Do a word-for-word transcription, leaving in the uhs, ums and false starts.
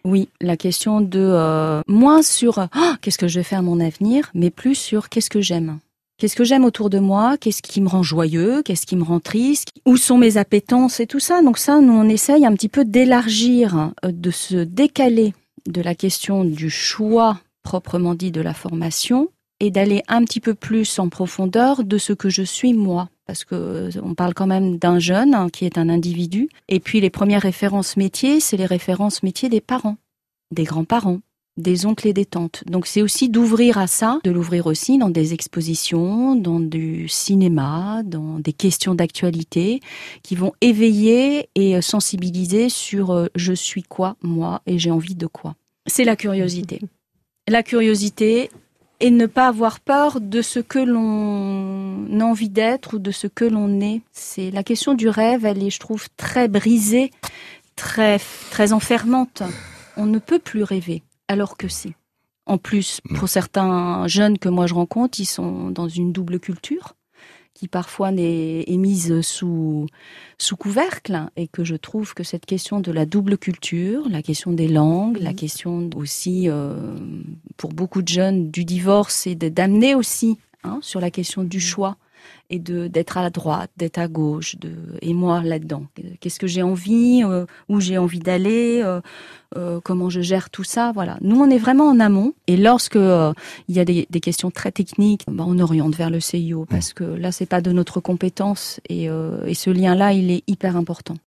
Oui, la question de euh, moins sur oh, qu'est-ce que je vais faire à mon avenir, mais plus sur qu'est-ce que j'aime. Qu'est-ce que j'aime autour de moi, qu'est-ce qui me rend joyeux, qu'est-ce qui me rend triste, où sont mes appétences et tout ça. Donc ça, nous, on essaye un petit peu d'élargir, de se décaler de la question du choix proprement dit de la formation et d'aller un petit peu plus en profondeur de ce que je suis moi. Parce que on parle quand même d'un jeune hein, qui est un individu. Et puis les premières références métiers, c'est les références métiers des parents, des grands-parents, des oncles et des tantes. Donc c'est aussi d'ouvrir à ça, de l'ouvrir aussi dans des expositions, dans du cinéma, dans des questions d'actualité qui vont éveiller et sensibiliser sur euh, je suis quoi, moi, et j'ai envie de quoi. C'est la curiosité. La curiosité et ne pas avoir peur de ce que l'on a envie d'être ou de ce que l'on est. C'est la question du rêve, elle est, je trouve, très brisée, très, très enfermante. On ne peut plus rêver, alors que si. En plus, pour certains jeunes que moi je rencontre, ils sont dans une double culture qui parfois n'est, est mise sous, sous couvercle et que je trouve que cette question de la double culture, la question des langues, mmh. la question aussi, euh, pour beaucoup de jeunes, du divorce et de, d'amener aussi hein, sur la question du choix et de, d'être à la droite, d'être à gauche, de, et moi là-dedans. Qu'est-ce que j'ai envie, euh, où j'ai envie d'aller, euh, euh, comment je gère tout ça, voilà. Nous, on est vraiment en amont. Et lorsque euh, il y a des, des questions très techniques, bah, on oriente vers le C I O parce que là, c'est pas de notre compétence et, euh, et ce lien-là, il est hyper important.